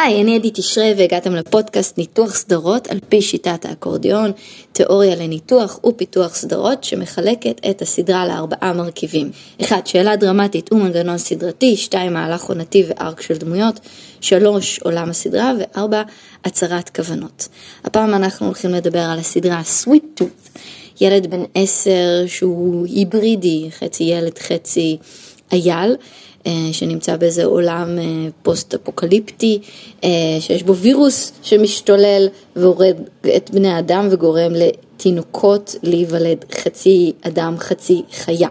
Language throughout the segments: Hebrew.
היי, אני עדי תשרי והגעתם לפודקאסט ניתוח סדרות על פי שיטת האקורדיון, תיאוריה לניתוח ופיתוח סדרות שמחלקת את הסדרה לארבעה מרכיבים. 1. שאלה דרמטית ומנגנון סדרתי, 2. מהלך עונתי וארק של דמויות, 3. עולם הסדרה, ו4. הצהרת כוונות. הפעם אנחנו הולכים לדבר על הסדרה Sweet Tooth, ילד בן 10 שהוא היברידי, חצי ילד חצי אייל, שנמצא באיזה עולם פוסט-אפוקליפטי, שיש בו וירוס שמשתולל והורג את בני האדם וגורם לתינוקות להיוולד חצי אדם, חצי חיה.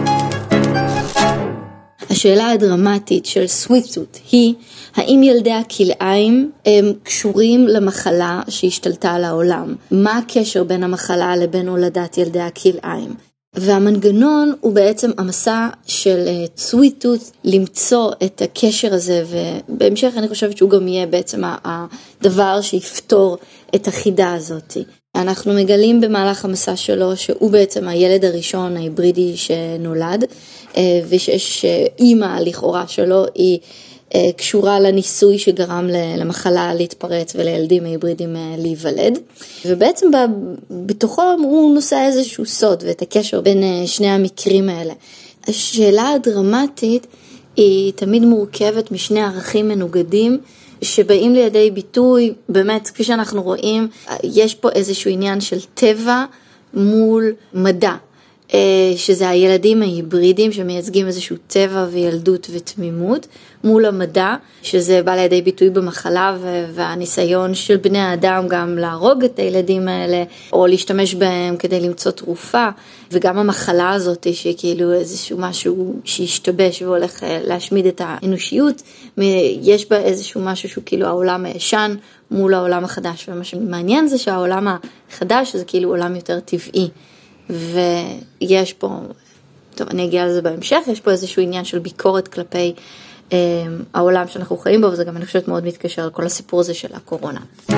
השאלה הדרמטית של Sweet Tooth היא, האם ילדי הכלאיים הם קשורים למחלה שהשתלטה על העולם? מה הקשר בין המחלה לבין הולדת ילדי הכלאיים? והמנגנון הוא בעצם המסע של Sweet Tooth למצוא את הקשר הזה, ובהמשך אני חושבת שהוא גם יהיה בעצם הדבר שיפתור את החידה הזאת. אנחנו מגלים במהלך המסע שלו שהוא בעצם הילד הראשון ההיברידי שנולד, ושיש אימא לכאורה שלו היא קשורה לניסוי שגרם למחלה להתפרץ ולילדים ההיברידים להיוולד. ובעצם בתוכו הוא נושא איזשהו סוד ואת הקשר בין שני המקרים האלה. השאלה הדרמטית היא תמיד מורכבת משני ערכים מנוגדים שבאים לידי ביטוי. באמת, כפי שאנחנו רואים, יש פה איזשהו עניין של טבע מול מדע. שזה הילדים ההיברידים שמייצגים איזשהו טבע וילדות ותמימות, מול המדע, שזה בא לידי ביטוי במחלה והניסיון של בני האדם גם להרוג את הילדים האלה, או להשתמש בהם כדי למצוא תרופה, וגם המחלה הזאת שכאילו איזשהו משהו שישתבש והולך להשמיד את האנושיות, יש בה איזשהו משהו שהוא כאילו העולם הישן מול העולם החדש, ומה שמעניין זה שהעולם החדש זה כאילו עולם יותר טבעי. ויש פה, טוב אני אגיע לזה בהמשך, יש פה איזשהו עניין של ביקורת כלפי העולם שאנחנו חיים בו, וזה גם אני חושבת מאוד מתקשר לכל הסיפור הזה של הקורונה.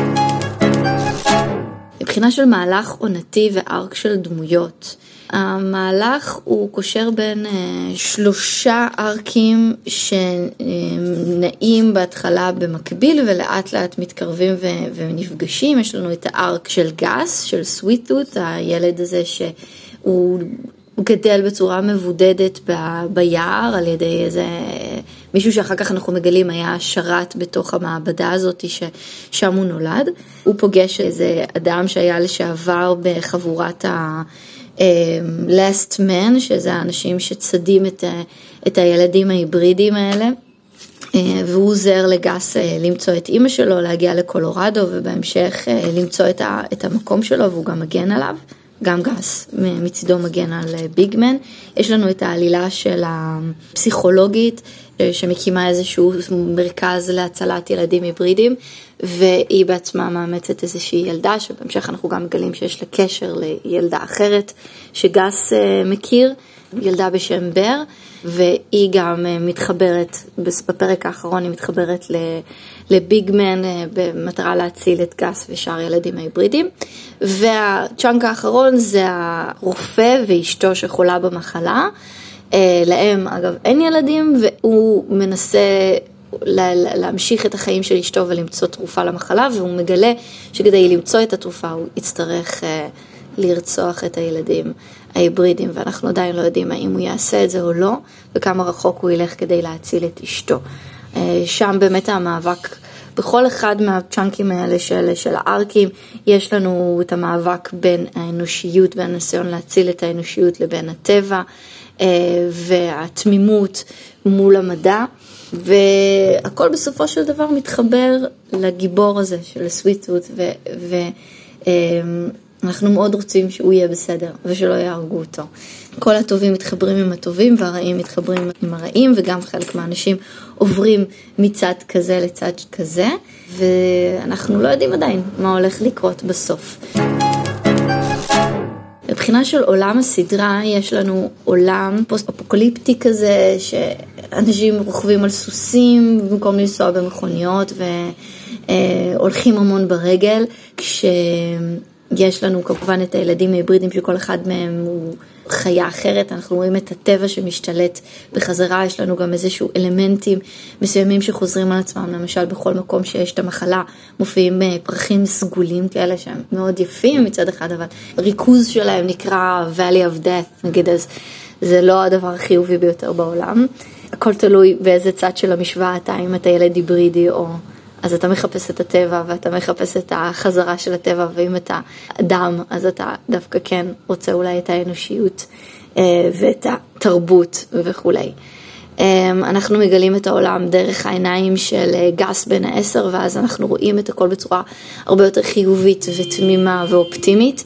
מבחינה של מהלך עונתי וארק של דמויות, המהלך הוא קושר בין 3 ארקים שנעים בהתחלה במקביל ולאט לאט מתקרבים ונפגשים. יש לנו את הארק של גס, של Sweet Tooth, הילד הזה שהוא גדל בצורה מבודדת ביער על ידי איזה מישהו שאחר כך אנחנו מגלים היה שרת בתוך המעבדה הזאת ששם הוא נולד. הוא פוגש איזה אדם שהיה לשעבר בחבורת last man, שזה האנשים שצדים את הילדים ההיברידים האלה, והוא עוזר לגס למצוא את אמא שלו, להגיע לקולורדו, ובהמשך למצוא את המקום שלו, והוא גם מגן עליו. גם גס מצידו מגן על ביגמן. יש לנו את העלילה של הפסיכולוגית, שמקימה איזשהו מרכז להצלת ילדים היברידים, והיא בעצמה מאמצת איזושהי ילדה, שבהמשך אנחנו גם מגלים שיש לה קשר לילדה אחרת, שגס מכיר, ילדה בשם בר, והיא גם מתחברת, בפרק האחרון היא מתחברת לביגמן, במטרה להציל את גס ושאר ילדים ההיברידים. והצ'אנק האחרון זה הרופא ואשתו שחולה במחלה, להם אגב אין ילדים, והוא מנסה להמשיך את החיים של אשתו ולמצוא תרופה למחלה, והוא מגלה שכדי למצוא את התרופה הוא יצטרך לרצוח את הילדים ההיברידים, ואנחנו עדיין לא יודעים האם הוא יעשה את זה או לא, וכמה רחוק הוא ילך כדי להציל את אשתו. שם באמת המאבק, בכל אחד מהצ'אנקים האלה של הארקים, יש לנו את המאבק בין האנושיות, בין הניסיון להציל את האנושיות לבין הטבע, והתמימות מול המדע, והכל בסופו של דבר מתחבר לגיבור הזה של Sweet Tooth, ואנחנו מאוד רוצים שהוא יהיה בסדר ושלא יהרגו אותו. כל הטובים מתחברים עם הטובים והרעים מתחברים עם הרעים, וגם חלק מהאנשים עוברים מצד כזה לצד כזה, ואנחנו לא יודעים עדיין מה הולך לקרות בסוף. מבחינה של עולם הסדרה, יש לנו עולם פוסט-אפוקליפטי כזה, שאנשים רוכבים על סוסים במקום לנסוע במכוניות, והולכים המון ברגל, כשיש לנו כמובן את הילדים ההיברידים, שכל אחד מהם הוא חיה אחרת, אנחנו רואים את הטבע שמשתלט בחזרה, יש לנו גם איזשהו אלמנטים מסוימים שחוזרים על עצמם, למשל בכל מקום שיש את המחלה מופיעים פרחים סגולים כאלה שהם מאוד יפים מצד אחד, אבל ריכוז שלהם נקרא Valley of Death, נגיד, אז זה לא הדבר החיובי ביותר בעולם. הכל תלוי באיזה צד של המשוואה אתה, אם אתה ילד היברידי או... אז אתה מחפש את הטבע ואתה מחפש את החזרה של הטבע, ואם אתה אדם, אז אתה דווקא כן רוצה אולי את האנושיות ואת התרבות וכו'. אנחנו מגלים את העולם דרך העיניים של גס בן 10, ואז אנחנו רואים את הכל בצורה הרבה יותר חיובית ותמימה ואופטימית.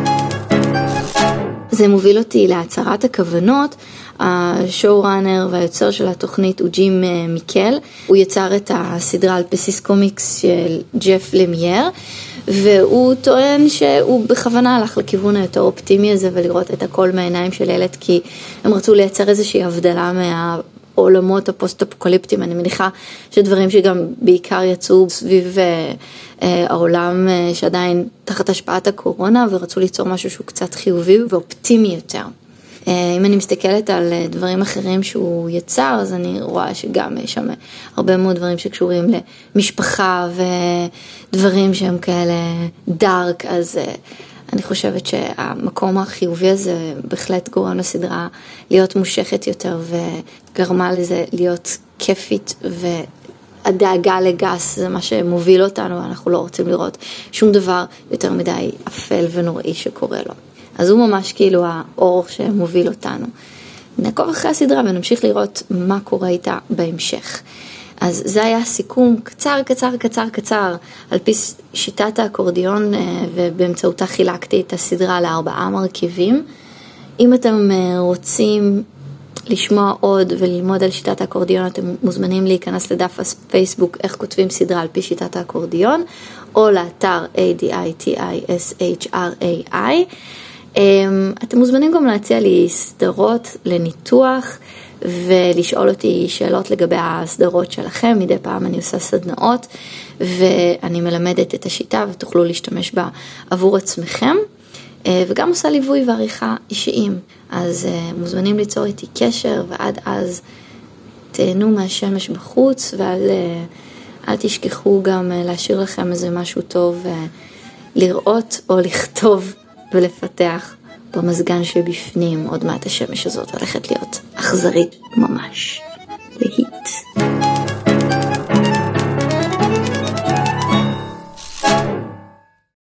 זה מוביל אותי להצהרת הכוונות. השואו-ראנר והיוצר של התוכנית הוא ג'ים מיקל, הוא יצר את הסדרה על בסיס קומיקס של ג'ף למייר, והוא טוען שהוא בכוונה הלך לכיוון היותר אופטימי הזה ולראות את הכל מהעיניים של ילד, כי הם רצו לייצר איזושהי הבדלה מהעולמות הפוסט-אפוקליפטיים. אני מניחה שדברים שגם בעיקר יצאו סביב העולם שעדיין תחת השפעת הקורונה, ורצו ליצור משהו שהוא קצת חיובי ואופטימי יותר. אם אני מסתכלת על דברים אחרים שהוא יצר, אז אני רואה שגם יש שם הרבה מאוד דברים שקשורים למשפחה ודברים שהם כאלה דארק, אז אני חושבת שהמקום החיובי הזה בהחלט גורם לסדרה להיות מושכת יותר וגרמה לזה להיות כיפית, והדאגה לגס זה מה שמוביל אותנו, אנחנו לא רוצים לראות שום דבר יותר מדי אפל ונוראי שקורה לו. אז הוא ממש כאילו האור שמוביל אותנו. נעקוב אחרי הסדרה ונמשיך לראות מה קורה איתה בהמשך. אז זה היה סיכום קצר על פי שיטת האקורדיון, ובאמצעותה חילקתי את הסדרה ל4 מרכיבים. אם אתם רוצים לשמוע עוד וללמוד על שיטת האקורדיון, אתם מוזמנים להיכנס לדף הפייסבוק איך כותבים סדרה על פי שיטת האקורדיון, או לאתר ADITISHRAI. אתם מוזמנים גם להציע לי סדרות לניתוח ולשאול אותי שאלות לגבי הסדרות שלכם. מדי פעם אני עושה סדנאות ואני מלמדת את השיטה ותוכלו להשתמש בה עבור עצמכם, וגם עושה ליווי ועריכה אישיים. אז מוזמנים ליצור איתי קשר, ועד אז תהנו מהשמש בחוץ, ואל תשכחו גם להשאיר לכם איזה משהו טוב לראות או לכתוב ולפתח במזגן שבפנים. עוד מעט השמש הזאת הולכת להיות אכזרית ממש.